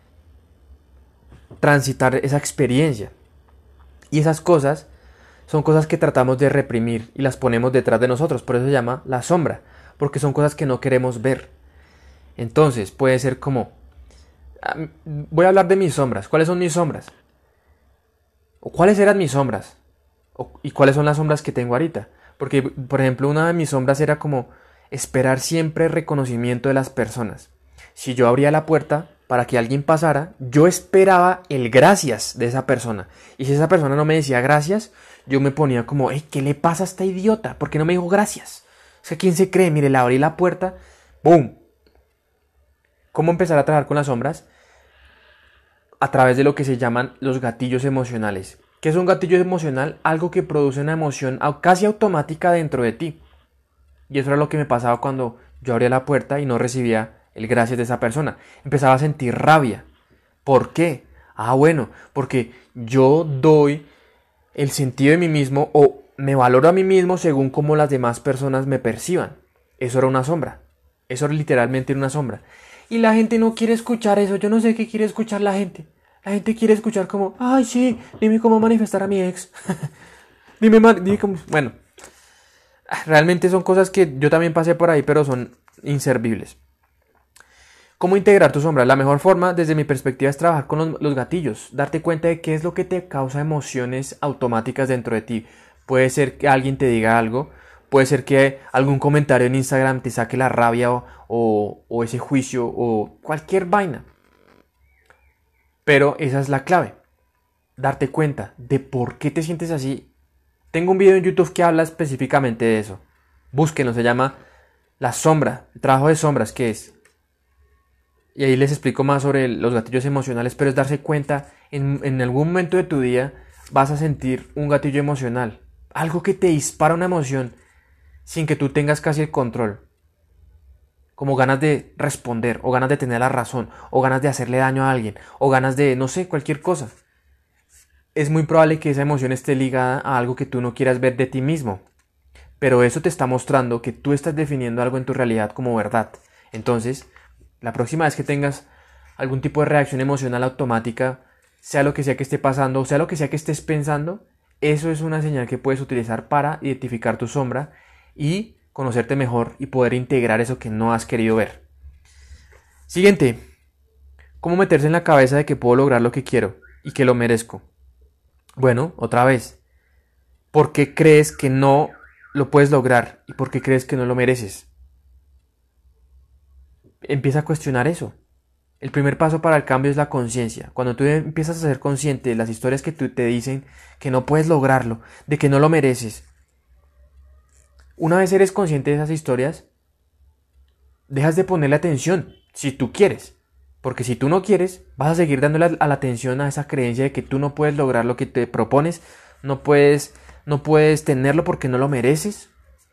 transitar esa experiencia. Y esas cosas son cosas que tratamos de reprimir y las ponemos detrás de nosotros. Por eso se llama la sombra, porque son cosas que no queremos ver. Entonces puede ser como, voy a hablar de mis sombras. ¿Cuáles son mis sombras? ¿O cuáles eran mis sombras? ¿Y cuáles son las sombras que tengo ahorita? Porque, por ejemplo, una de mis sombras era como esperar siempre reconocimiento de las personas. Si yo abría la puerta para que alguien pasara, yo esperaba el gracias de esa persona. Y si esa persona no me decía gracias, yo me ponía como, hey, ¿qué le pasa a esta idiota? ¿Por qué no me dijo gracias? O sea, ¿quién se cree? Mire, le abrí la puerta, ¡boom! ¿Cómo empezar a trabajar con las sombras? A través de lo que se llaman los gatillos emocionales. ¿Qué es un gatillo emocional? Algo que produce una emoción casi automática dentro de ti. Y eso era lo que me pasaba cuando yo abría la puerta y no recibía el gracias de esa persona. Empezaba a sentir rabia. ¿Por qué? Bueno, porque yo doy el sentido de mí mismo o me valoro a mí mismo según cómo las demás personas me perciban. Eso era una sombra. Eso era literalmente una sombra. Y la gente no quiere escuchar eso. Yo no sé qué quiere escuchar la gente. La gente quiere escuchar como, ay, sí, dime cómo manifestar a mi ex. dime cómo... Bueno, realmente son cosas que yo también pasé por ahí, pero son inservibles. ¿Cómo integrar tu sombra? La mejor forma, desde mi perspectiva, es trabajar con los gatillos, darte cuenta de qué es lo que te causa emociones automáticas dentro de ti. Puede ser que alguien te diga algo, puede ser que algún comentario en Instagram te saque la rabia o ese juicio o cualquier vaina. Pero esa es la clave, darte cuenta de por qué te sientes así. Tengo un video en YouTube que habla específicamente de eso. Búsquenlo, se llama La Sombra, el trabajo de sombras, ¿qué es? Y ahí les explico más sobre los gatillos emocionales, pero es darse cuenta, en algún momento de tu día vas a sentir un gatillo emocional, algo que te dispara una emoción sin que tú tengas casi el control, como ganas de responder, o ganas de tener la razón, o ganas de hacerle daño a alguien, o ganas de, no sé, cualquier cosa. Es muy probable que esa emoción esté ligada a algo que tú no quieras ver de ti mismo, pero eso te está mostrando que tú estás definiendo algo en tu realidad como verdad. Entonces, la próxima vez que tengas algún tipo de reacción emocional automática, sea lo que sea que esté pasando, o sea lo que sea que estés pensando, eso es una señal que puedes utilizar para identificar tu sombra y conocerte mejor y poder integrar eso que no has querido ver. Siguiente, ¿cómo meterse en la cabeza de que puedo lograr lo que quiero y que lo merezco? Bueno, otra vez, ¿por qué crees que no lo puedes lograr y por qué crees que no lo mereces? Empieza a cuestionar eso. El primer paso para el cambio es la conciencia. Cuando tú empiezas a ser consciente de las historias que te dicen que no puedes lograrlo, de que no lo mereces. Una vez eres consciente de esas historias, dejas de ponerle atención, si tú quieres. Porque si tú no quieres, vas a seguir dándole a la atención a esa creencia de que tú no puedes lograr lo que te propones, no puedes tenerlo porque no lo mereces.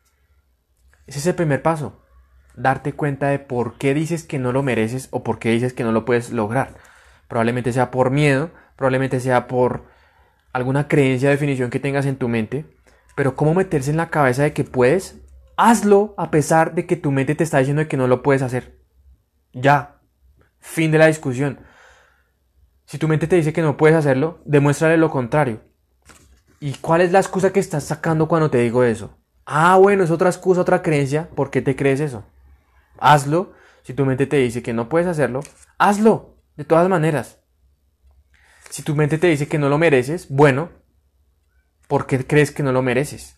Ese es el primer paso. Darte cuenta de por qué dices que no lo mereces o por qué dices que no lo puedes lograr. Probablemente sea por miedo, probablemente sea por alguna creencia o definición que tengas en tu mente, pero cómo meterse en la cabeza de que puedes, hazlo a pesar de que tu mente te está diciendo de que no lo puedes hacer. Ya, fin de la discusión. Si tu mente te dice que no puedes hacerlo, demuéstrale lo contrario. ¿Y cuál es la excusa que estás sacando cuando te digo eso? Ah, bueno, es otra excusa, otra creencia. ¿Por qué te crees eso? Hazlo. Si tu mente te dice que no puedes hacerlo, hazlo. De todas maneras. Si tu mente te dice que no lo mereces, bueno, ¿por qué crees que no lo mereces?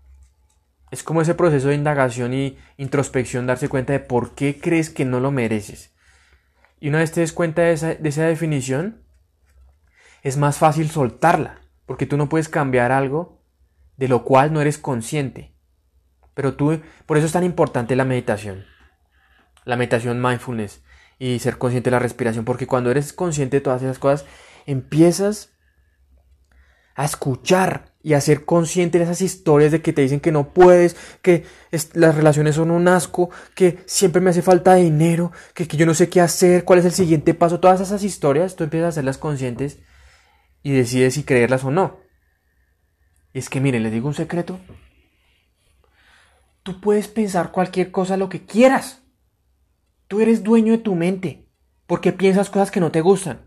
Es como ese proceso de indagación y introspección, darse cuenta de por qué crees que no lo mereces. Y una vez te des cuenta de esa definición, es más fácil soltarla, porque tú no puedes cambiar algo de lo cual no eres consciente. Pero por eso es tan importante la meditación mindfulness y ser consciente de la respiración, porque cuando eres consciente de todas esas cosas, empiezas a escuchar y a ser consciente de esas historias de que te dicen que no puedes, que las relaciones son un asco, que siempre me hace falta dinero, que yo no sé qué hacer, cuál es el siguiente paso. Todas esas historias tú empiezas a hacerlas conscientes y decides si creerlas o no. Y es que miren, les digo un secreto. Tú puedes pensar cualquier cosa, lo que quieras. Tú eres dueño de tu mente, porque piensas cosas que no te gustan.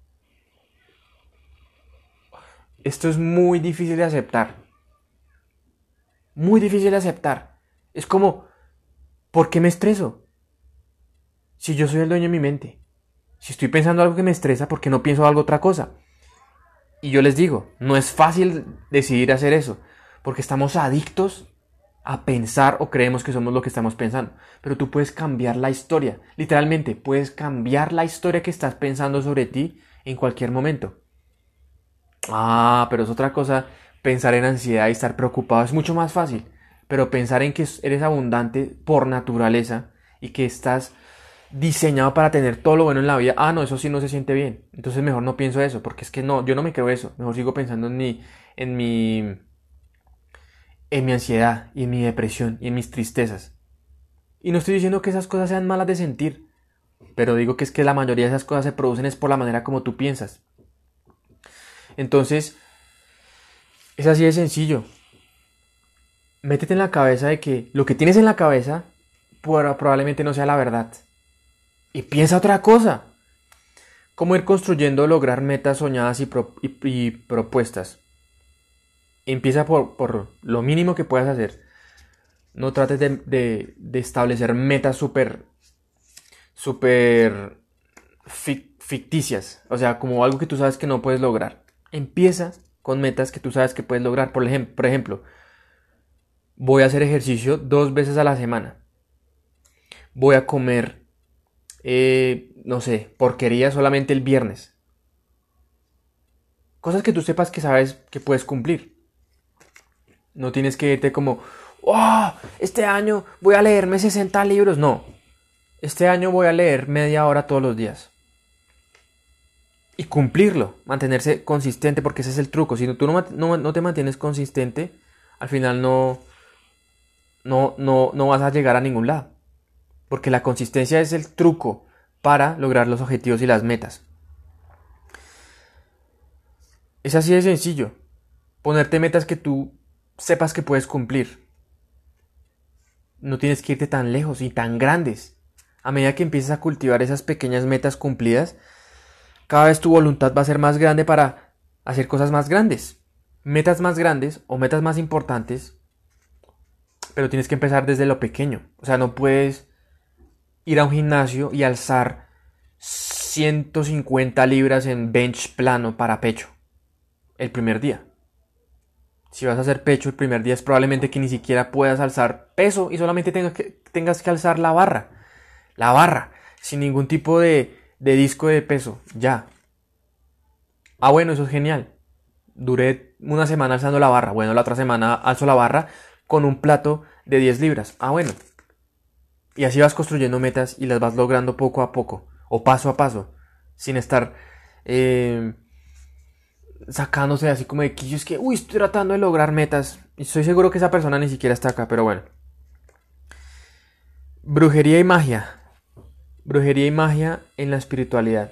Esto es muy difícil de aceptar. Muy difícil de aceptar. Es como, ¿por qué me estreso? Si yo soy el dueño de mi mente. Si estoy pensando algo que me estresa, ¿por qué no pienso algo otra cosa? Y yo les digo, no es fácil decidir hacer eso, porque estamos adictos a pensar o creemos que somos lo que estamos pensando. Pero tú puedes cambiar la historia. Literalmente, puedes cambiar la historia que estás pensando sobre ti en cualquier momento. Ah, pero es otra cosa pensar en ansiedad y estar preocupado. Es mucho más fácil. Pero pensar en que eres abundante por naturaleza y que estás diseñado para tener todo lo bueno en la vida. Ah, no, eso sí no se siente bien. Entonces mejor no pienso eso, porque es que no, yo no me creo eso. Mejor sigo pensando en mi en mi ansiedad y en mi depresión y en mis tristezas. Y no estoy diciendo que esas cosas sean malas de sentir, pero digo que es que la mayoría de esas cosas se producen es por la manera como tú piensas. Entonces, es así de sencillo. Métete en la cabeza de que lo que tienes en la cabeza probablemente no sea la verdad. Y piensa otra cosa. Cómo ir construyendo, lograr metas soñadas y propuestas. Empieza por lo mínimo que puedas hacer. No trates de establecer metas súper súper ficticias, o sea, como algo que tú sabes que no puedes lograr. Empieza con metas que tú sabes que puedes lograr. Por ejemplo, voy a hacer ejercicio 2 veces a la semana. Voy a comer, no sé, porquería solamente el viernes. Cosas que tú sepas que sabes que puedes cumplir. No tienes que irte como, oh, este año voy a leerme 60 libros. No, este año voy a leer media hora todos los días. Y cumplirlo, mantenerse consistente, porque ese es el truco. Si tú no te mantienes consistente, al final no vas a llegar a ningún lado. Porque la consistencia es el truco para lograr los objetivos y las metas. Es así de sencillo. Ponerte metas que tú sepas que puedes cumplir. No tienes que irte tan lejos y tan grandes. A medida que empieces a cultivar esas pequeñas metas cumplidas, cada vez tu voluntad va a ser más grande para hacer cosas más grandes. Metas más grandes o metas más importantes. Pero tienes que empezar desde lo pequeño. O sea, no puedes ir a un gimnasio y alzar 150 libras en bench plano para pecho el primer día. Si vas a hacer pecho el primer día es probablemente que ni siquiera puedas alzar peso y solamente tengas que alzar la barra. La barra, sin ningún tipo de disco de peso, ya. Ah, bueno, eso es genial. Duré una semana alzando la barra. Bueno, la otra semana alzo la barra con un plato de 10 libras. Ah, bueno. Y así vas construyendo metas y las vas logrando poco a poco o paso a paso, sin estar sacándose así como de quillos que, uy, estoy tratando de lograr metas. Y estoy seguro que esa persona ni siquiera está acá, pero bueno. Brujería y magia. Brujería y magia en la espiritualidad.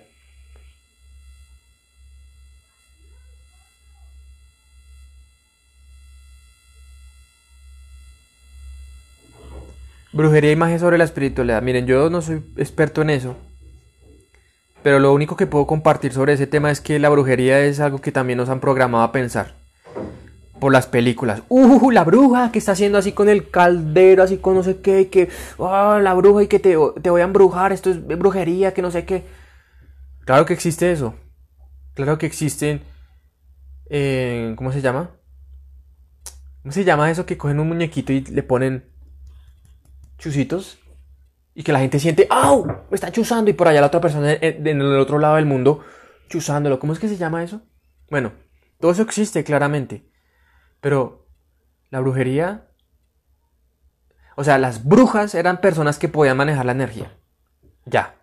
Brujería y magia sobre la espiritualidad. Miren, yo no soy experto en eso. Pero lo único que puedo compartir sobre ese tema es que la brujería es algo que también nos han programado a pensar. Por las películas. La bruja que está haciendo así con el caldero, así con no sé qué, que, la bruja y que te voy a embrujar, esto es brujería, que no sé qué. Claro que existe eso. Claro que existen, ¿cómo se llama? ¿Cómo se llama eso que cogen un muñequito y le ponen chusitos? Y que la gente siente, ¡au! Me está chuzando. Y por allá la otra persona en el otro lado del mundo chuzándolo. ¿Cómo es que se llama eso? Bueno, todo eso existe claramente. Pero la brujería... O sea, las brujas eran personas que podían manejar la energía. Ya.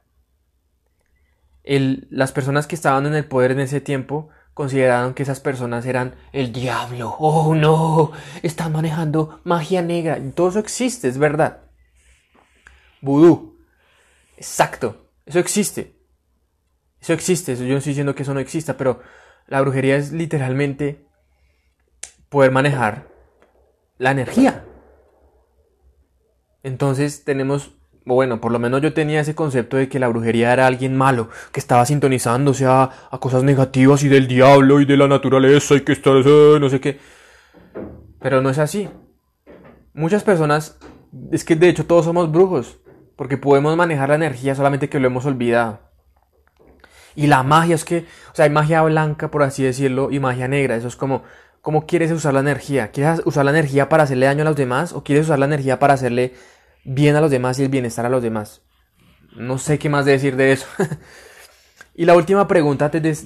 Las personas que estaban en el poder en ese tiempo consideraron que esas personas eran el diablo. ¡Oh, no! Están manejando magia negra. Y todo eso existe, es verdad. Vudú. Exacto. Eso existe. Eso existe. Yo no estoy diciendo que eso no exista, pero la brujería es literalmente poder manejar la energía. Entonces tenemos, bueno, por lo menos yo tenía ese concepto de que la brujería era alguien malo, que estaba sintonizándose a cosas negativas y del diablo y de la naturaleza y que estar no sé qué. Pero no es así. Muchas personas, es que de hecho todos somos brujos, porque podemos manejar la energía, solamente que lo hemos olvidado. Y la magia es que, o sea, hay magia blanca, por así decirlo, y magia negra. Eso es como, ¿cómo quieres usar la energía? ¿Quieres usar la energía para hacerle daño a los demás? ¿O quieres usar la energía para hacerle bien a los demás y el bienestar a los demás? No sé qué más decir de eso. Y la última pregunta antes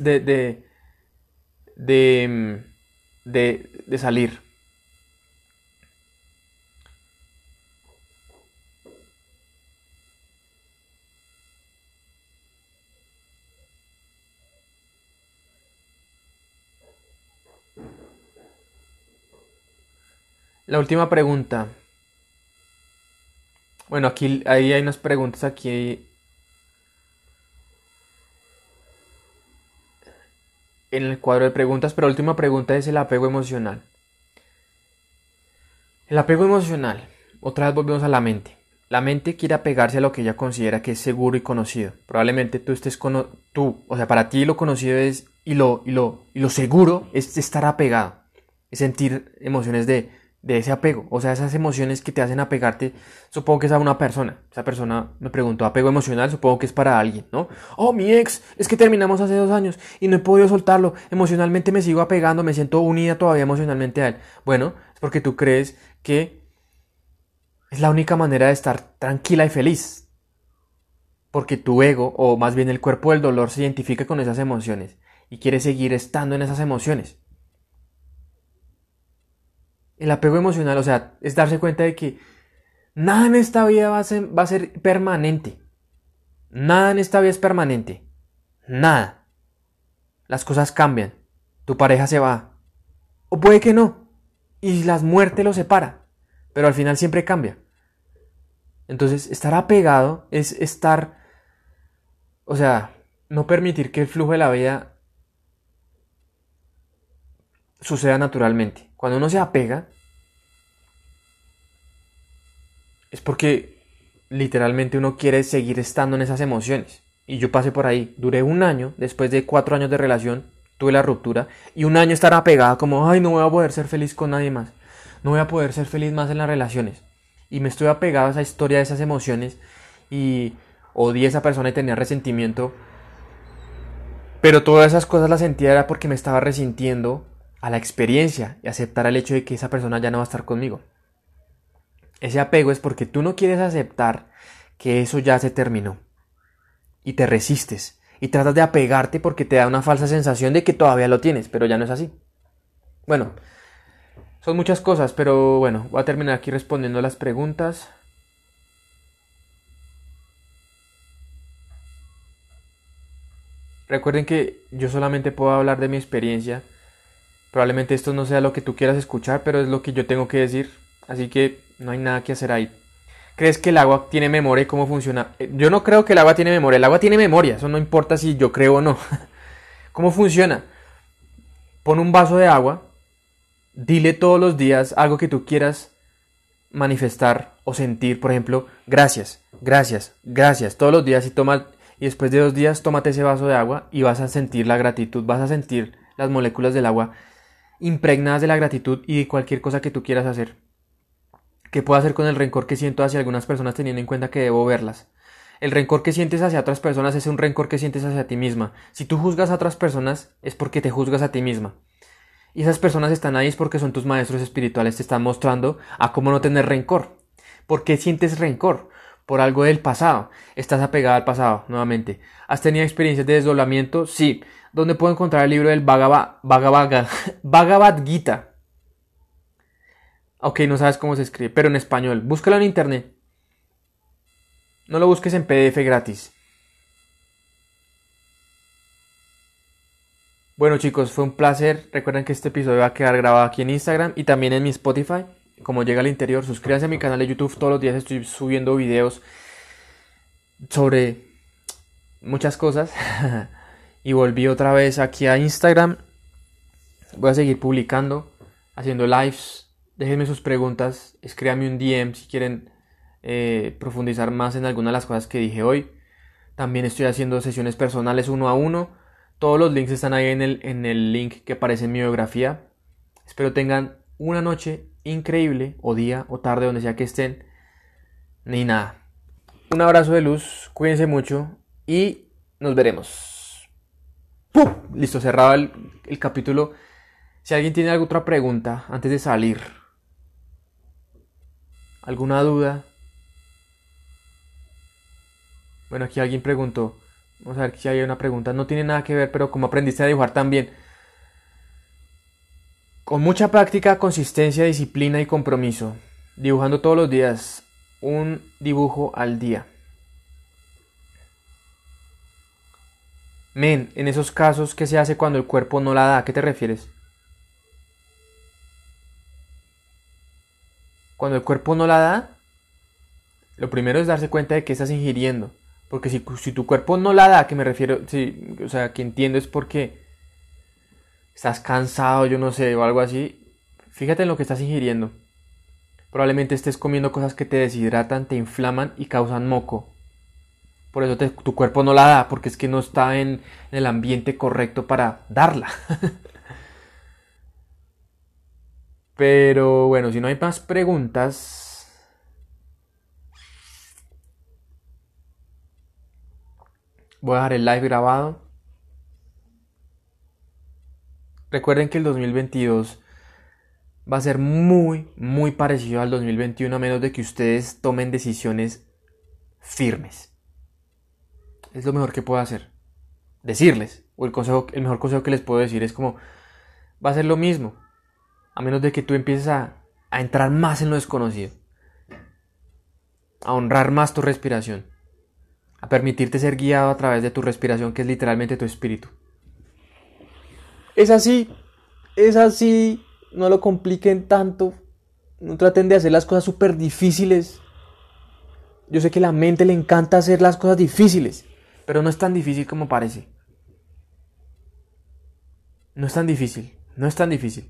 de salir. La última pregunta. Bueno, aquí ahí hay unas preguntas aquí en el cuadro de preguntas, pero la última pregunta es el apego emocional. El apego emocional. Otra vez volvemos a la mente. La mente quiere apegarse a lo que ella considera que es seguro y conocido. Probablemente tú estés o sea, para ti lo conocido y lo seguro es estar apegado. Es sentir emociones de de ese apego, o sea, esas emociones que te hacen apegarte. Supongo que es a una persona. Esa persona me preguntó apego emocional, supongo que es para alguien, ¿no? Oh, mi ex, es que terminamos hace 2 años y no he podido soltarlo. Emocionalmente me sigo apegando, me siento unida todavía emocionalmente a él. Bueno, es porque tú crees que es la única manera de estar tranquila y feliz. Porque tu ego, o más bien el cuerpo del dolor, se identifica con esas emociones y quiere seguir estando en esas emociones. El apego emocional, o sea, es darse cuenta de que nada en esta vida va a ser permanente. Nada en esta vida es permanente. Nada. Las cosas cambian. Tu pareja se va. O puede que no. Y la muerte los separa. Pero al final siempre cambia. Entonces, estar apegado es estar... O sea, no permitir que el flujo de la vida suceda naturalmente. Cuando uno se apega, es porque literalmente uno quiere seguir estando en esas emociones. Y yo pasé por ahí. Duré 1 año, después de 4 años de relación, tuve la ruptura. Y 1 año estar apegada como, ay, no voy a poder ser feliz con nadie más. No voy a poder ser feliz más en las relaciones. Y me estoy apegado a esa historia, a esas emociones. Y odié a esa persona y tenía resentimiento. Pero todas esas cosas las sentía era porque me estaba resintiendo a la experiencia y aceptar el hecho de que esa persona ya no va a estar conmigo. Ese apego es porque tú no quieres aceptar que eso ya se terminó. Y te resistes. Y tratas de apegarte porque te da una falsa sensación de que todavía lo tienes, pero ya no es así. Bueno, son muchas cosas, pero bueno, voy a terminar aquí respondiendo las preguntas. Recuerden que yo solamente puedo hablar de mi experiencia. Probablemente esto no sea lo que tú quieras escuchar, pero es lo que yo tengo que decir. Así que no hay nada que hacer ahí. ¿Crees que el agua tiene memoria y cómo funciona? Yo no creo que el agua tiene memoria. El agua tiene memoria. Eso no importa si yo creo o no. ¿Cómo funciona? Pon un vaso de agua. Dile todos los días algo que tú quieras manifestar o sentir. Por ejemplo, gracias, gracias, gracias. Todos los días y después de 2 días tómate ese vaso de agua y vas a sentir la gratitud. Vas a sentir las moléculas del agua impregnadas de la gratitud y de cualquier cosa que tú quieras hacer. ¿Qué puedo hacer con el rencor que siento hacia algunas personas teniendo en cuenta que debo verlas? El rencor que sientes hacia otras personas es un rencor que sientes hacia ti misma. Si tú juzgas a otras personas es porque te juzgas a ti misma. Y esas personas están ahí es porque son tus maestros espirituales, te están mostrando a cómo no tener rencor. ¿Por qué sientes rencor? Por algo del pasado. Estás apegada al pasado, nuevamente. ¿Has tenido experiencias de desdoblamiento? Sí. ¿Dónde puedo encontrar el libro del Bhagavad Gita? Ok, no sabes cómo se escribe, pero en español. Búscalo en internet. No lo busques en PDF gratis. Bueno chicos, fue un placer. Recuerden que este episodio va a quedar grabado aquí en Instagram y también en mi Spotify. Como llega al interior, suscríbanse a mi canal de YouTube. Todos los días estoy subiendo videos sobre muchas cosas. Y volví otra vez aquí a Instagram. Voy a seguir publicando, haciendo lives. Déjenme sus preguntas, escríbanme un DM si quieren profundizar más en alguna de las cosas que dije hoy. También estoy haciendo sesiones personales 1 a 1. Todos los links están ahí en el link que aparece en mi biografía. Espero tengan una noche increíble, o día, o tarde, donde sea que estén. Ni nada. Un abrazo de luz, cuídense mucho y nos veremos. ¡Pum! Listo, cerrado el capítulo. Si alguien tiene alguna otra pregunta antes de salir, alguna duda. Bueno, aquí alguien preguntó. Vamos a ver si hay una pregunta. No tiene nada que ver, pero como aprendiste a dibujar también. Con mucha práctica, consistencia, disciplina y compromiso. Dibujando todos los días. Un dibujo al día. Men, en esos casos, ¿qué se hace cuando el cuerpo no la da? ¿A qué te refieres? Cuando el cuerpo no la da, lo primero es darse cuenta de que estás ingiriendo. Porque si tu cuerpo no la da, que me refiero, sí, o sea, que entiendo es porque estás cansado, yo no sé, o algo así. Fíjate en lo que estás ingiriendo. Probablemente estés comiendo cosas que te deshidratan, te inflaman y causan moco. Por eso tu cuerpo no la da, porque es que no está en el ambiente correcto para darla. Pero bueno, si no hay más preguntas, voy a dejar el live grabado. Recuerden que el 2022 va a ser muy, muy parecido al 2021 a menos de que ustedes tomen decisiones firmes. Es lo mejor que puedo hacer. Decirles, o el mejor consejo que les puedo decir es como, va a ser lo mismo, a menos de que tú empieces a entrar más en lo desconocido, a honrar más tu respiración, a permitirte ser guiado a través de tu respiración, que es literalmente tu espíritu. Es así, no lo compliquen tanto, no traten de hacer las cosas súper difíciles. Yo sé que a la mente le encanta hacer las cosas difíciles, pero no es tan difícil como parece. No es tan difícil, no es tan difícil.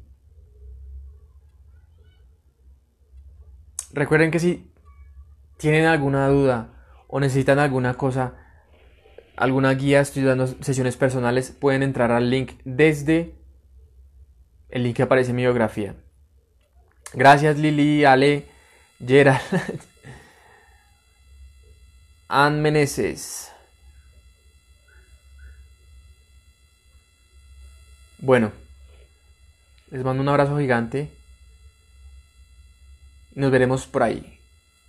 Recuerden que si tienen alguna duda o necesitan alguna cosa, alguna guía, estoy dando sesiones personales, pueden entrar al link desde el link que aparece en mi biografía. Gracias Lili, Ale, Gerald, Ann Meneses. Bueno, les mando un abrazo gigante y nos veremos por ahí.